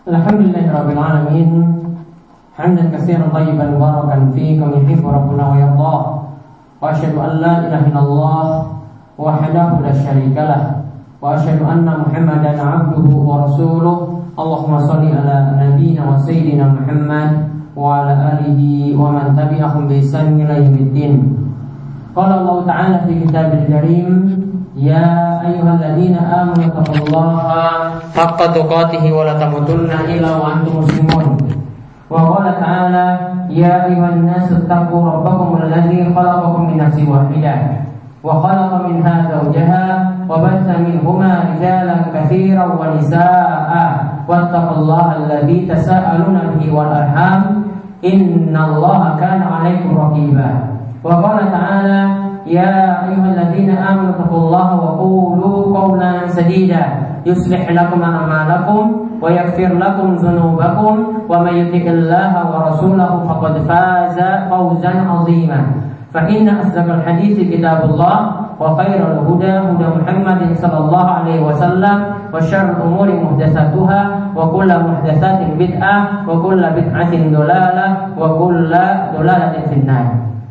Alhamdulillahirabbil alamin. Hamdan katsiran thayyiban mubarakan fihi kama yuhibbu rabbuna wa yardah. Wa asyhadu an la ilaha illallah wahdahu la syarika lah. Wa asyhadu anna Muhammadan 'abduhu wa rasuluh. Allahumma shalli ala nabiyyina wa sayyidina Muhammad wa ala alihi wa man tabi'ahum bi ihsan ila yaumiddin. Qala Allah Ta'ala fi kitabil karim, ya ayyuhalladzina amanu taqullaha haqqa tuqatih wa la tamutunna illa wa antum muslimun. Wa qala ta'ala, ya ayyuhan nasu taqu rabbakum alladzi khalaqakum min nafsin wahidah wa khalaqa minha zawjaha wa batha minhuma rijalan katsiran wa nisaa'a wattaqullaha alladzi tasaaluna bihi wal arham innallaha kana 'alaikum raqiba. Wa qala ta'ala, ya ayyuhalladzina amanu taqullaha wa qulu qawlan sadida yuslih lakum a'malakum wa yaghfir lakum dhunubakum wa may yuti'illaha wa rasulahu faqad faza fawzan 'azima. Fa inna asdaqal hadithi kitabullah wa khairal huda huda Muhammadin sallallahu alaihi wasallam wa syarrul umuri muhdatsatuha wa kullu muhdatsatin bid'ah wa kullu bid'atin dhalalah wa kullu dhalalatin finnar.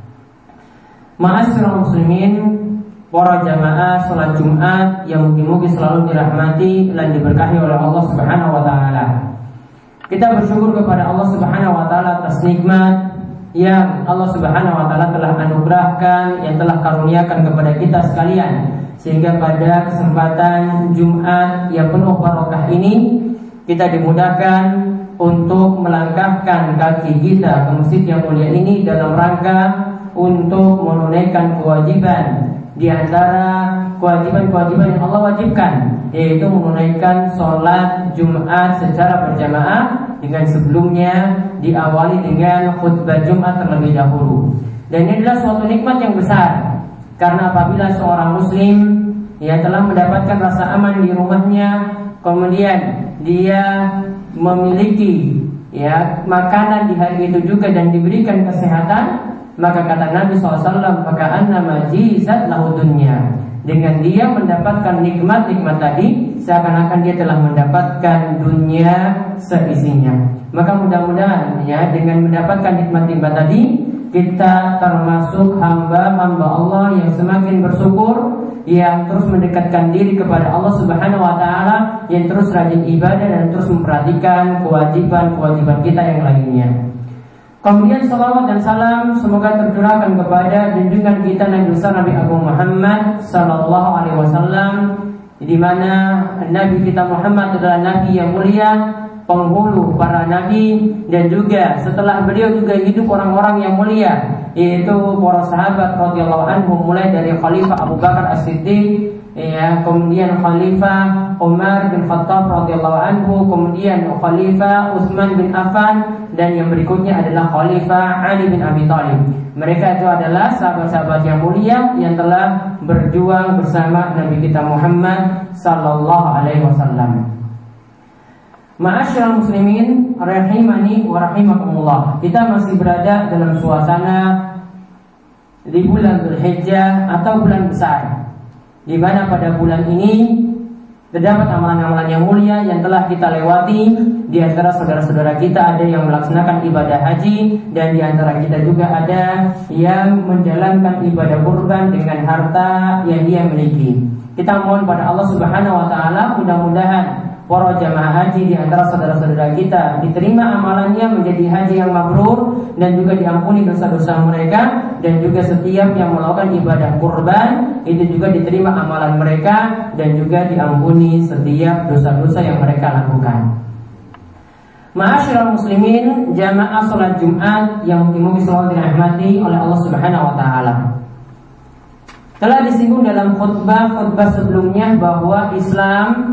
Ma'asyiral muslimin, para jamaah salat Jumat yang mungkin selalu dirahmati dan diberkahi oleh Allah Subhanahu wa taala. Kita bersyukur kepada Allah Subhanahu wa taala atas nikmat yang Allah Subhanahu wa taala telah anugerahkan, yang telah karuniakan kepada kita sekalian, sehingga pada kesempatan Jumat yang penuh barokah ini kita dimudahkan untuk melangkahkan kaki kita ke masjid yang mulia ini dalam rangka untuk menunaikan kewajiban di antara kewajiban-kewajiban yang Allah wajibkan, yaitu menunaikan sholat Jumat secara berjamaah dengan sebelumnya diawali dengan khutbah Jumat terlebih dahulu. Dan ini adalah suatu nikmat yang besar, karena apabila seorang muslim telah mendapatkan rasa aman di rumahnya, kemudian dia memiliki makanan di hari itu juga dan diberikan kesehatan, maka kata Nabi SAW, maka annama jizat lahu dunya. Dengan dia mendapatkan nikmat-nikmat tadi, seakan-akan dia telah mendapatkan dunia seisinya. Maka mudah-mudahan dengan mendapatkan nikmat-nikmat tadi, kita termasuk hamba-hamba Allah yang semakin bersyukur, yang terus mendekatkan diri kepada Allah Subhanahu wa taala, yang terus rajin ibadah dan terus memperhatikan kewajiban-kewajiban kita yang lainnya. Kemudian salawat dan salam semoga tercurahkan kepada junjungan kita Nabi besar Nabi Agung Muhammad sallallahu alaihi wasallam, di mana Nabi kita Muhammad adalah Nabi yang mulia, penghulu para nabi, dan juga setelah beliau juga hidup orang-orang yang mulia, yaitu para sahabat radhiyallahu anhum, mulai dari Khalifah Abu Bakar As-Siddiq, kemudian Khalifah Umar bin Khattab radhiyallahu anhu, kemudian Khalifah Utsman bin Affan, dan yang berikutnya adalah Khalifah Ali bin Abi Thalib. Mereka itu adalah sahabat-sahabat yang mulia yang telah berjuang bersama Nabi kita Muhammad sallallahu alaihi wasallam. Ma'asyiral muslimin rahimani wa rahimakumullah. Kita masih berada dalam suasana di bulan Dzulhijjah atau bulan besar, di mana pada bulan ini terdapat amalan-amalan yang mulia yang telah kita lewati. Di antara saudara-saudara kita ada yang melaksanakan ibadah haji, dan di antara kita juga ada yang menjalankan ibadah kurban dengan harta yang dia miliki. Kita mohon pada Allah Subhanahu wa taala, mudah-mudahan para jamaah haji di antara saudara-saudara kita diterima amalannya menjadi haji yang mabrur, dan juga diampuni dosa-dosa mereka, dan juga setiap yang melakukan ibadah kurban itu juga diterima amalan mereka, dan juga diampuni setiap dosa-dosa yang mereka lakukan. Ma'asyiral muslimin, jamaah salat Jumat yang mungkin selalu dirahmati oleh Allah Subhanahu wa taala. Telah disinggung dalam khutbah sebelumnya bahwa Islam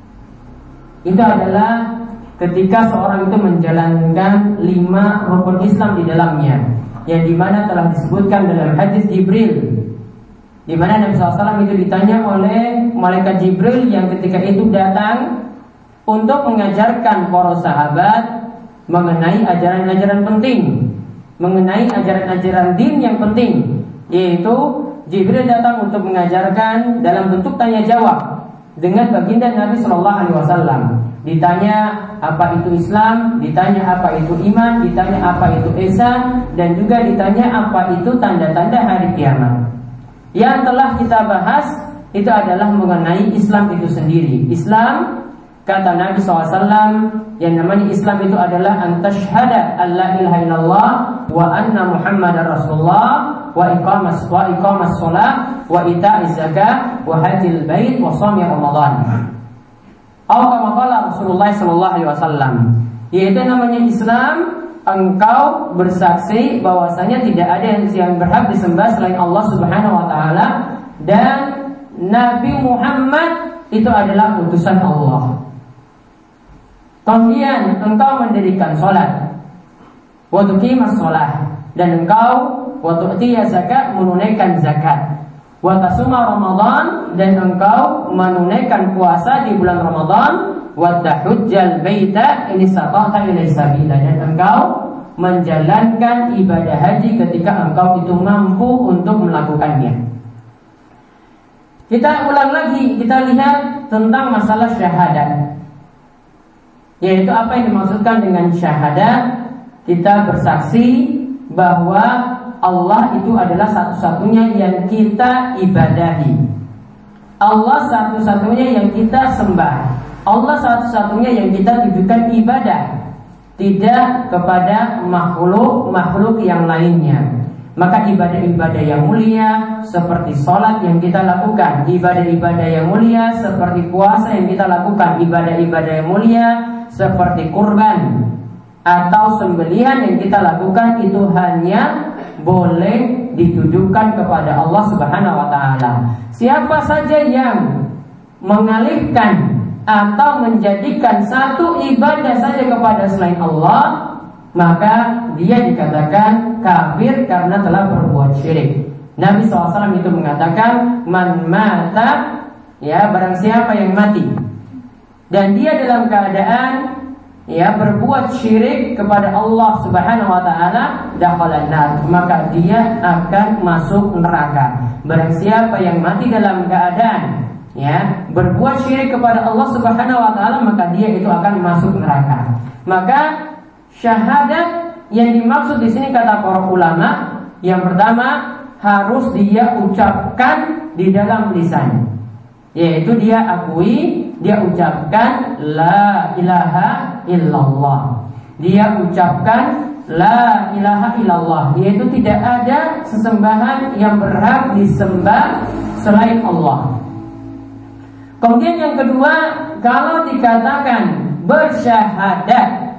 itu adalah ketika seorang itu menjalankan 5 rukun Islam di dalamnya, yang dimana telah disebutkan dalam hadis Jibril, di mana Nabi SAW itu ditanya oleh malaikat Jibril yang ketika itu datang untuk mengajarkan para sahabat mengenai ajaran-ajaran penting, mengenai ajaran-ajaran din yang penting, yaitu Jibril datang untuk mengajarkan dalam bentuk tanya jawab dengan baginda Nabi Shallallahu Alaihi Wasallam. Ditanya apa itu Islam, ditanya apa itu iman, ditanya apa itu ihsan, dan juga ditanya apa itu tanda-tanda hari kiamat. Yang telah kita bahas itu adalah mengenai Islam itu sendiri. Islam, kata Nabi SAW, yang namanya Islam itu adalah antashhada alla ilaha illallah wa anna muhammadar rasulullah wa iqamas shalah wa ita'iz zakah wa hajjil bait wa shaumi ramadan. Kama qala Rasulullah sallallahu alaihi wasallam, yaitu namanya Islam, engkau bersaksi bahwasanya tidak ada yang berhak disembah selain Allah Subhanahu wa taala, dan Nabi Muhammad itu adalah utusan Allah. Kemudian engkau mendirikan salat, wa tuqimas shalah, dan engkau wa tu'tiya zakat, menunaikan zakat, wa tasuma Ramadan, dan engkau menunaikan puasa di bulan Ramadan, wa tahujjal baita in istata'ta ilaihi sabila, dan engkau menjalankan ibadah haji ketika engkau itu mampu untuk melakukannya. Kita ulang lagi, kita lihat tentang masalah syahadat, yaitu apa yang dimaksudkan dengan syahadat. Kita bersaksi bahwa Allah itu adalah satu-satunya yang kita ibadahi, Allah satu-satunya yang kita sembah, Allah satu-satunya yang kita tujukan ibadah, tidak kepada makhluk yang lainnya. Maka ibadah-ibadah yang mulia seperti sholat yang kita lakukan, ibadah-ibadah yang mulia seperti puasa yang kita lakukan, ibadah-ibadah yang mulia seperti kurban atau sembelihan yang kita lakukan, itu hanya boleh ditujukan kepada Allah Subhanahu wa taala. Siapa saja yang mengalihkan atau menjadikan satu ibadah saja kepada selain Allah, maka dia dikatakan kafir karena telah berbuat syirik. Nabi SAW itu mengatakan, man mata, ya, barang siapa yang mati dan dia dalam keadaan berbuat syirik kepada Allah Subhanahu wa taala, dakhalan nar, maka dia akan masuk neraka. Barang siapa yang mati dalam keadaan berbuat syirik kepada Allah Subhanahu wa taala, maka dia itu akan masuk neraka. Maka syahadat yang dimaksud di sini kata para ulama, yang pertama harus dia ucapkan di dalam lisan, yaitu dia akui, dia ucapkan la ilaha illallah, dia ucapkan la ilaha illallah, yaitu tidak ada sesembahan yang berhak disembah selain Allah. Kemudian yang kedua, kalau dikatakan bersyahadat,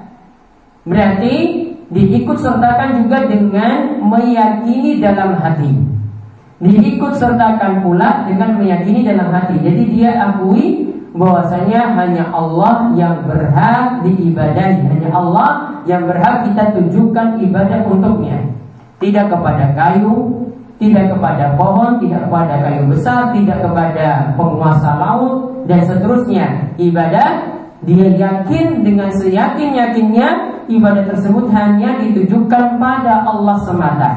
berarti diikut sertakan juga dengan meyakini dalam hati, diikut sertakan pula dengan meyakini dalam hati. Jadi dia akui bahwasanya hanya Allah yang berhak diibadahi, hanya Allah yang berhak kita tujukan ibadah untuknya, tidak kepada kayu, tidak kepada pohon, tidak kepada kayu besar, tidak kepada penguasa laut, dan seterusnya. Ibadah dia yakin dengan seyakin-yakinnya ibadah tersebut hanya ditujukan pada Allah semata.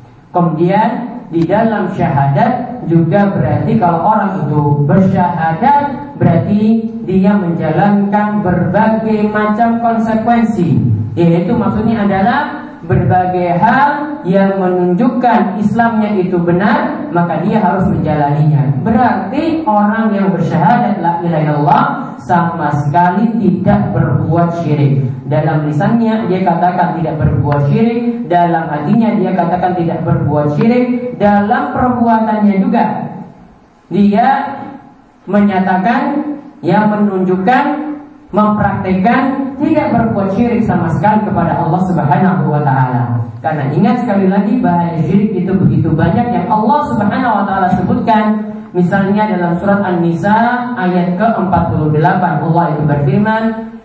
Kemudian di dalam syahadat juga berarti kalau orang itu bersyahadat, berarti dia menjalankan berbagai macam konsekuensi, yaitu maksudnya adalah berbagai hal yang menunjukkan Islamnya itu benar, maka dia harus menjalaninya. Berarti orang yang bersyahadat la ilaha illallah sama sekali tidak berbuat syirik. Dalam lisannya dia katakan tidak berbuat syirik, dalam hatinya dia katakan tidak berbuat syirik, dalam perbuatannya juga dia menyatakan, yang menunjukkan, mempraktekkan tidak berbuat syirik sama sekali kepada Allah Subhanahu wa taala. Karena ingat sekali lagi, bahaya syirik itu begitu banyak yang Allah Subhanahu wa taala sebutkan. Misalnya dalam surat An-Nisa ayat ke-48, Allah itu berfirman,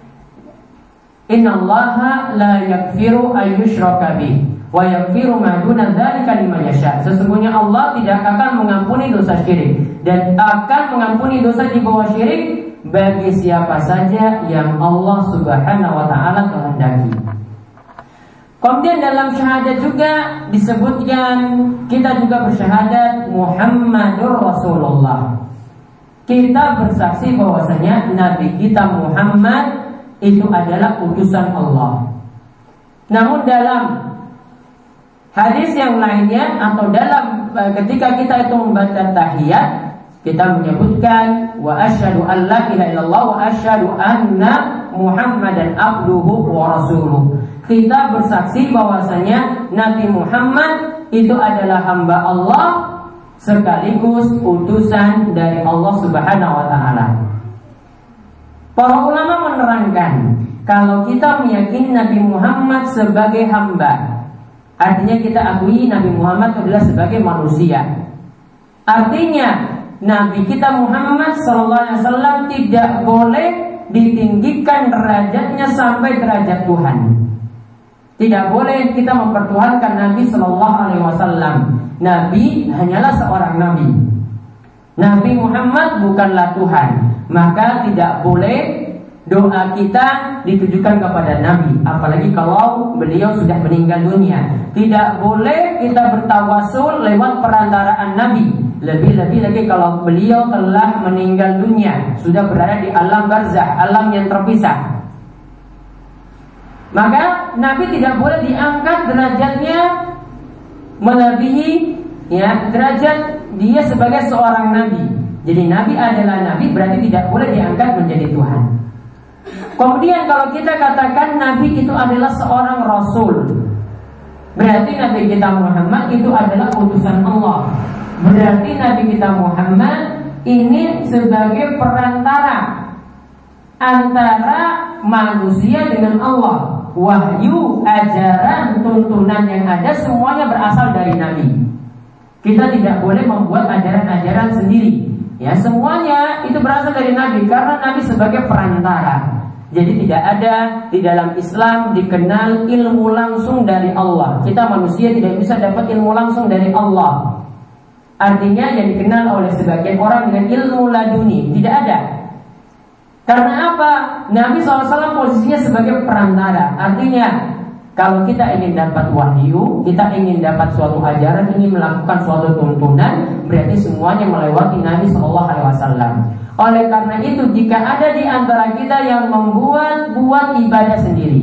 innallaha la yaghfiru ayyushraka bih wa yaghfiru ma duna dzalika liman yasha. Sesungguhnya Allah tidak akan mengampuni dosa syirik dan akan mengampuni dosa di bawah syirik bagi siapa saja yang Allah Subhanahu wa taala kehendaki. Kemudian dalam syahadat juga disebutkan kita juga bersyahadat Muhammadur Rasulullah. Kita bersaksi bahwasanya Nabi kita Muhammad itu adalah utusan Allah. Namun dalam hadis yang lainnya atau dalam ketika kita itu membaca tahiyat, kita menyebutkan wa asyhadu an la ilaha illallah wa asyhadu anna Muhammadan abduhu wa rasuluh. Kita bersaksi bahwasanya Nabi Muhammad itu adalah hamba Allah sekaligus utusan dari Allah Subhanahu wa taala. Para ulama menerangkan kalau kita meyakini Nabi Muhammad sebagai hamba, artinya kita akui Nabi Muhammad adalah sebagai manusia. Artinya Nabi kita Muhammad SAW tidak boleh ditinggikan derajatnya sampai derajat Tuhan. Tidak boleh kita mempertuhankan Nabi SAW. Nabi hanyalah seorang Nabi. Nabi Muhammad bukanlah Tuhan. Maka tidak boleh doa kita ditujukan kepada Nabi, apalagi kalau beliau sudah meninggal dunia. Tidak boleh kita bertawasul lewat perantaraan Nabi, lebih-lebih lagi kalau beliau telah meninggal dunia, sudah berada di alam barzakh, alam yang terpisah. Maka Nabi tidak boleh diangkat derajatnya melebihi derajat dia sebagai seorang Nabi. Jadi Nabi adalah Nabi, berarti tidak boleh diangkat menjadi Tuhan. Kemudian kalau kita katakan Nabi itu adalah seorang Rasul, berarti Nabi kita Muhammad itu adalah utusan Allah. Berarti Nabi kita Muhammad ini sebagai perantara antara manusia dengan Allah. Wahyu, ajaran, tuntunan yang ada semuanya berasal dari Nabi. Kita tidak boleh membuat ajaran-ajaran sendiri. Ya, semuanya itu berasal dari Nabi karena Nabi sebagai perantara. Jadi tidak ada di dalam Islam dikenal ilmu langsung dari Allah. Kita manusia tidak bisa dapat ilmu langsung dari Allah. Artinya yang dikenal oleh sebagian orang dengan ilmu laduni tidak ada. Karena apa? Nabi SAW posisinya sebagai perantara. Artinya kalau kita ingin dapat wahyu, kita ingin dapat suatu ajaran, ingin melakukan suatu tuntunan, berarti semuanya melewati Nabi SAW. Oleh karena itu, jika ada di antara kita yang membuat ibadah sendiri,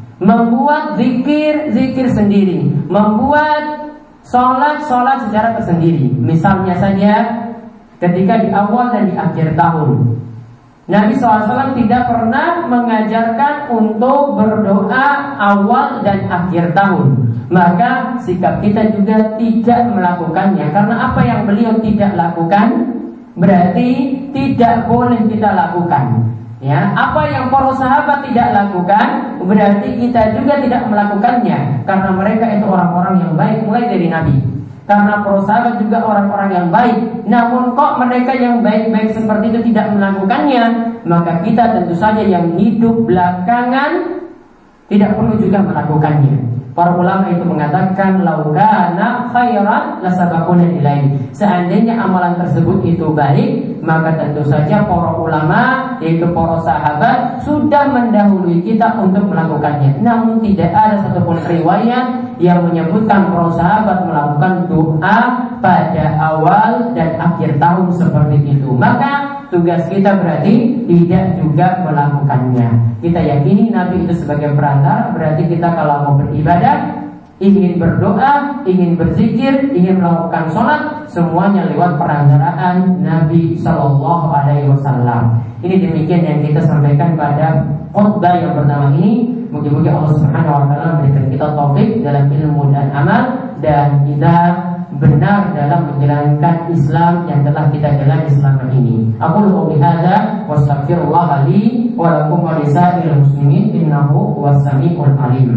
membuat zikir sendiri, membuat sholat secara tersendiri, misalnya saja ketika di awal dan di akhir tahun, Nabi SAW tidak pernah mengajarkan untuk berdoa awal dan akhir tahun. Maka sikap kita juga tidak melakukannya. Karena apa yang beliau tidak lakukan berarti tidak boleh kita lakukan. Ya, apa yang para sahabat tidak lakukan berarti kita juga tidak melakukannya. Karena mereka itu orang-orang yang baik mulai dari Nabi. Karena para sahabat juga orang-orang yang baik. Namun kok mereka yang baik-baik seperti itu tidak melakukannya, maka kita tentu saja yang hidup belakangan tidak perlu juga melakukannya. Para ulama itu mengatakan laukana khairan lasabaquna ilaihi. Seandainya amalan tersebut itu baik, maka tentu saja para ulama yaitu para sahabat sudah mendahului kita untuk melakukannya. Namun tidak ada satupun riwayat yang menyebutkan para sahabat melakukan doa pada awal dan akhir tahun seperti itu. Maka tugas kita berarti tidak juga melakukannya. Kita yakini Nabi itu sebagai perantara, berarti kita kalau mau beribadah, ingin berdoa, ingin berzikir, ingin melakukan sholat, semuanya lewat perantaraan Nabi Sallallahu Alaihi Wasallam. Ini demikian yang kita sampaikan pada khutbah yang pertama ini. Mudah-mudahan Allah Subhanahu Wa Taala memberikan kita taufik dalam ilmu dan amal, dan kita benar dalam menjalankan Islam yang telah kita jalani selama ini. Aku qouli hadza wa astaghfirullah li wa lakum wa lisa'il muslimin innahu was-sami'ul alim.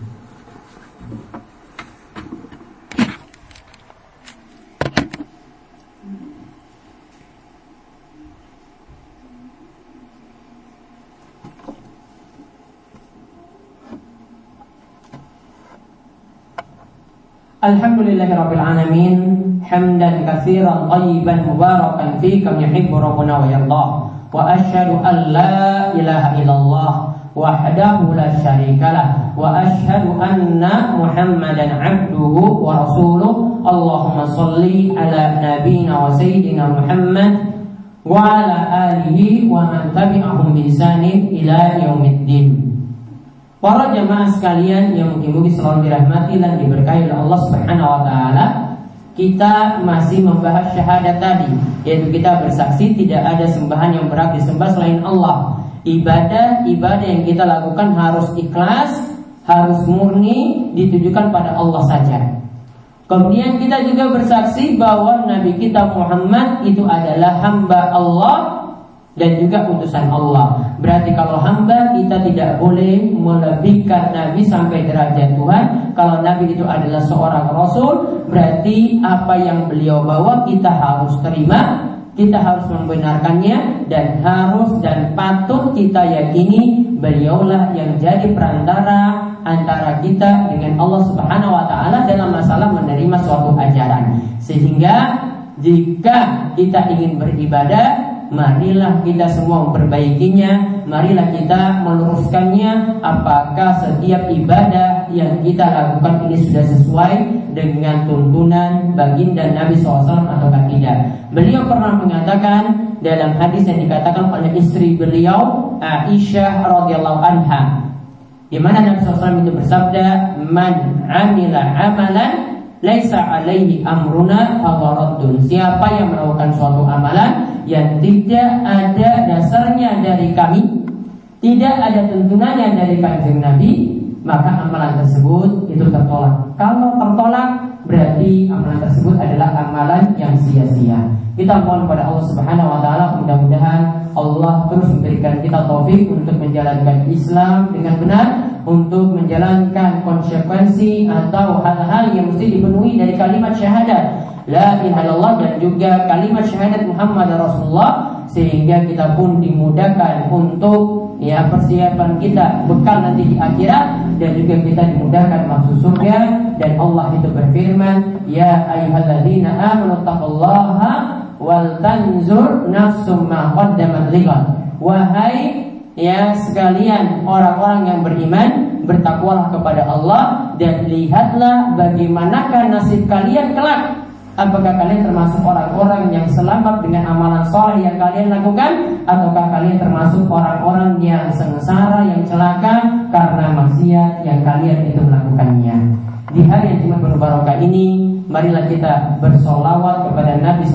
Alhamdulillahirabbil alamin hamdan katsiran thayyiban mubarakan fi kam yuhibbu rabbuna wa yardah wa asyhadu an la ilaha illallah wahdahu la syarikalah wa asyhadu anna Muhammadan abduhu wa rasuluh. Allahumma shalli ala nabiyyina wa sayyidina Muhammad wa ala alihi wa man tabi'ahum bi ihsanin ila yaumiddin. Para jamaah sekalian yang mungkin selalu dirahmati dan diberkahi oleh Allah Subhanahu wa taala, kita masih membahas syahadat tadi, yaitu kita bersaksi tidak ada sembahan yang berhak disembah selain Allah. Ibadah yang kita lakukan harus ikhlas, harus murni, ditujukan pada Allah saja. Kemudian kita juga bersaksi bahwa Nabi kita Muhammad itu adalah hamba Allah dan juga utusan Allah. Berarti kalau hamba, kita tidak boleh melebihkan Nabi sampai derajat Tuhan. Kalau Nabi itu adalah seorang Rasul, berarti apa yang beliau bawa kita harus terima, kita harus membenarkannya, dan harus dan patut kita yakini beliaulah yang jadi perantara antara kita dengan Allah Subhanahu wa taala dalam masalah menerima suatu ajaran. Sehingga jika kita ingin beribadah, marilah kita semua memperbaikinya, marilah kita meluruskannya. Apakah setiap ibadah yang kita lakukan ini sudah sesuai dengan tuntunan baginda Nabi SAW atau tidak? Beliau pernah mengatakan dalam hadis yang dikatakan oleh istri beliau Aisyah radhiyallahu anha, di mana Nabi SAW itu bersabda, "Man amila amalan laisa alaihi amruna fagharaddun." Siapa yang melakukan suatu amalan yang tidak ada dasarnya dari kami, tidak ada tuntunannya dari kanjeng Nabi, maka amalan tersebut itu tertolak. Kalau tertolak, berarti amalan tersebut adalah amalan yang sia-sia. Kita mohon kepada Allah Subhanahu wa taala, mudah-mudahan Allah terus memberikan kita taufik untuk menjalankan Islam dengan benar, untuk menjalankan konsekuensi atau hal-hal yang mesti dipenuhi dari kalimat syahadat la ilaha illallah dan juga kalimat syahadat Muhammad Rasulullah, sehingga kita pun dimudahkan untuk persiapan kita bekal nanti di akhirat, dan juga kita dimudahkan masuk surga. Dan Allah itu berfirman, ya ayyuhalladzina amanu taqullaha wal tanzur nafsum ma qaddamat lighad. Wahai sekalian orang-orang yang beriman, bertakwalah kepada Allah dan lihatlah bagaimanakah nasib kalian kelak. Apakah kalian termasuk orang-orang yang selamat dengan amalan soleh yang kalian lakukan, ataukah kalian termasuk orang-orang yang sengsara, yang celaka karena maksiat yang kalian itu melakukannya? Di hari yang cuma berbarokah ini, marilah kita bersolawat kepada Nabi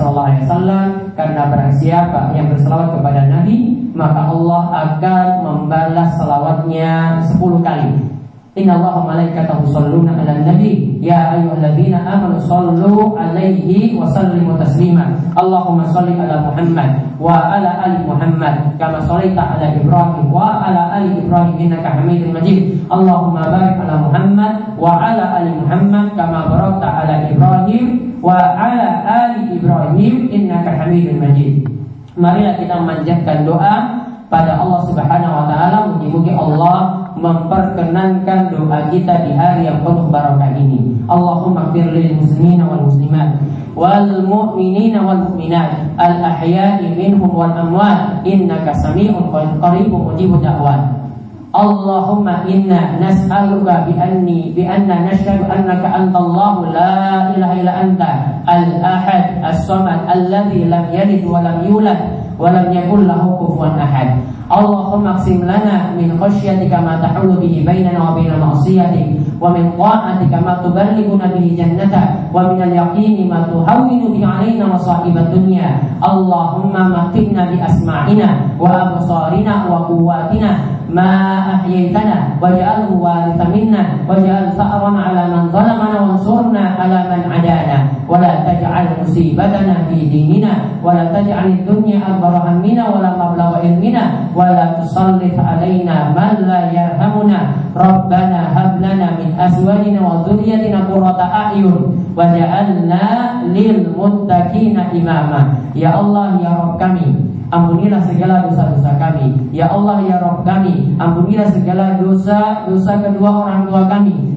SAW, karena barang siapa yang bersolawat kepada Nabi, maka Allah akan membalas salawatnya 10 kali. Inna Allah wa malaikatahu yusholluna 'alan nabi ya ayyuhalladzina amanu shollu 'alaihi wa sallimu taslima. Allahumma sholli 'ala Muhammad wa 'ala ali Muhammad kama shallaita 'ala Ibrahim wa 'ala ali Ibrahim innaka Hamidum Majid. Allahumma barik 'ala Muhammad wa 'ala ali Muhammad kama barakta 'ala Ibrahim wa 'ala ali Ibrahim innaka Hamidum Majid. Marilah kita memanjatkan doa pada Allah Subhanahu wa taala, mugi-mugi Allah memperkenankan doa kita di hari yang penuh barakah ini. Allahumma ighfir lil muslimina wal muslimat wal mu'minina wal mu'minat al ahya'i minhum wal amwat innaka sami'un qaribun mujibud da'wat. Allahumma inna nas'aluka bi anna nashhadu annaka antallahu la ilaha illa anta al-ahad as-samad alladzi lam yalid wa lam yulad wa lam yakul lahu kufuwan ahad. Allahumma aqsim lana min khashyatika ma tahulu bihi bainana wa baina ma'siyatik, wa min ta'atika ma tuballighuna bihi jannatak, wa min al-yaqini ma tuhawwinu bihi 'alaina masa'ibad dunya. Allahumma matti'na bi asma'ina wa absarina wa quwwatina ma ahyaytana waj'alhu waritha minna waj'al tha'rana 'ala man zalamana wansurna 'ala man 'adana wa la taj'al musibatana fi dinina wa la taj'al ad-dunya akbar hammina wa la mablagha ilmina wa la tusallit 'alaina man la yarhamuna. Rabbana hab lana min azwajina wa dhurriyyatina qurrata a'yun waj'alna lil muttaqina imama. Ya Allah, ya Rabb kami, ampunilah segala dosa-dosa kami. Ya Allah, ya Rabb kami, ampunilah segala dosa-dosa kedua orang tua kami.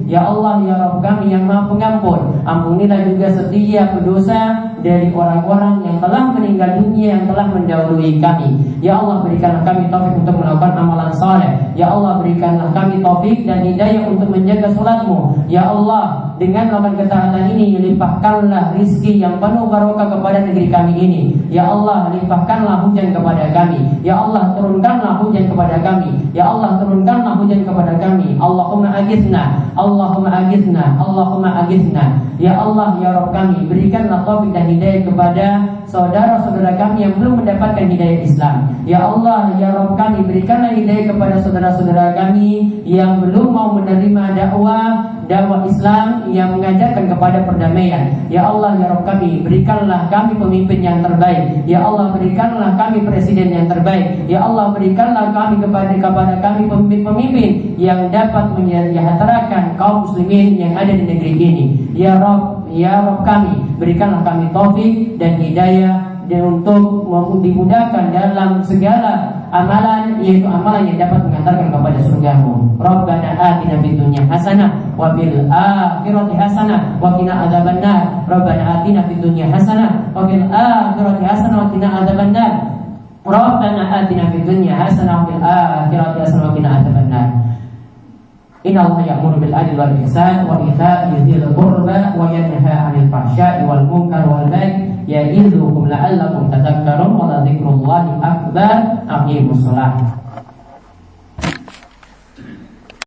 Ya Allah, ya Rabb kami yang Maha Pengampun, ampunilah juga setiap dosa dari orang-orang yang telah meninggal dunia, yang telah mendahului kami. Ya Allah, berikanlah kami taufik untuk melakukan amalan saleh. Ya Allah, berikanlah kami taufik dan hidayah untuk menjaga salatmu. Ya Allah, dengan melakukan ketaatan ini, limpahkanlah rizki yang penuh barokah kepada negeri kami ini. Ya Allah, limpahkanlah hujan kepada kami. Ya Allah, turunkanlah hujan kepada kami. Ya Allah, turunkanlah hujan kepada kami. Allahumma aghithna, Allahumma aghithna, Allahumma aghithna. Ya Allah, ya Rabb kami, berikanlah taufik dan hidayah kepada saudara-saudara kami yang belum mendapatkan hidayah Islam. Ya Allah, ya Rabb kami, berikanlah hidayah kepada saudara-saudara kami yang belum mau menerima dakwah Islam yang mengajarkan kepada perdamaian. Ya Allah, ya Rabb kami, berikanlah kami pemimpin yang terbaik. Ya Allah, berikanlah kami presiden yang terbaik. Ya Allah, berikanlah kami kepada kami pemimpin yang dapat menyejahterakan kaum muslimin yang ada di negeri ini. Ya Rabb, ya Rabb kami, berikanlah kami taufik dan hidayah dan untuk dimudahkan dalam segala amalan, yaitu amalan yang dapat mengantarkan kepada surgamu. Rabbana atina fid dunya hasanah wa fil akhirati hasanah wa qina adzabannar. Rabbana atina fid dunya hasanah wa fil akhirati hasanah wa qina adzabannar. Rabbana atina fid dunya hasanah wa fil akhirati hasanah wa qina adzabannar. Inna Allah ya'muru bil adli wal ihsan wa ita'i dzil qurba wa yanha 'anil fahsya'i wal munkar wal baghi ya'idzukum la'allakum tadhakkarun wa la dzikrullahi akbar. Aqimus shalah.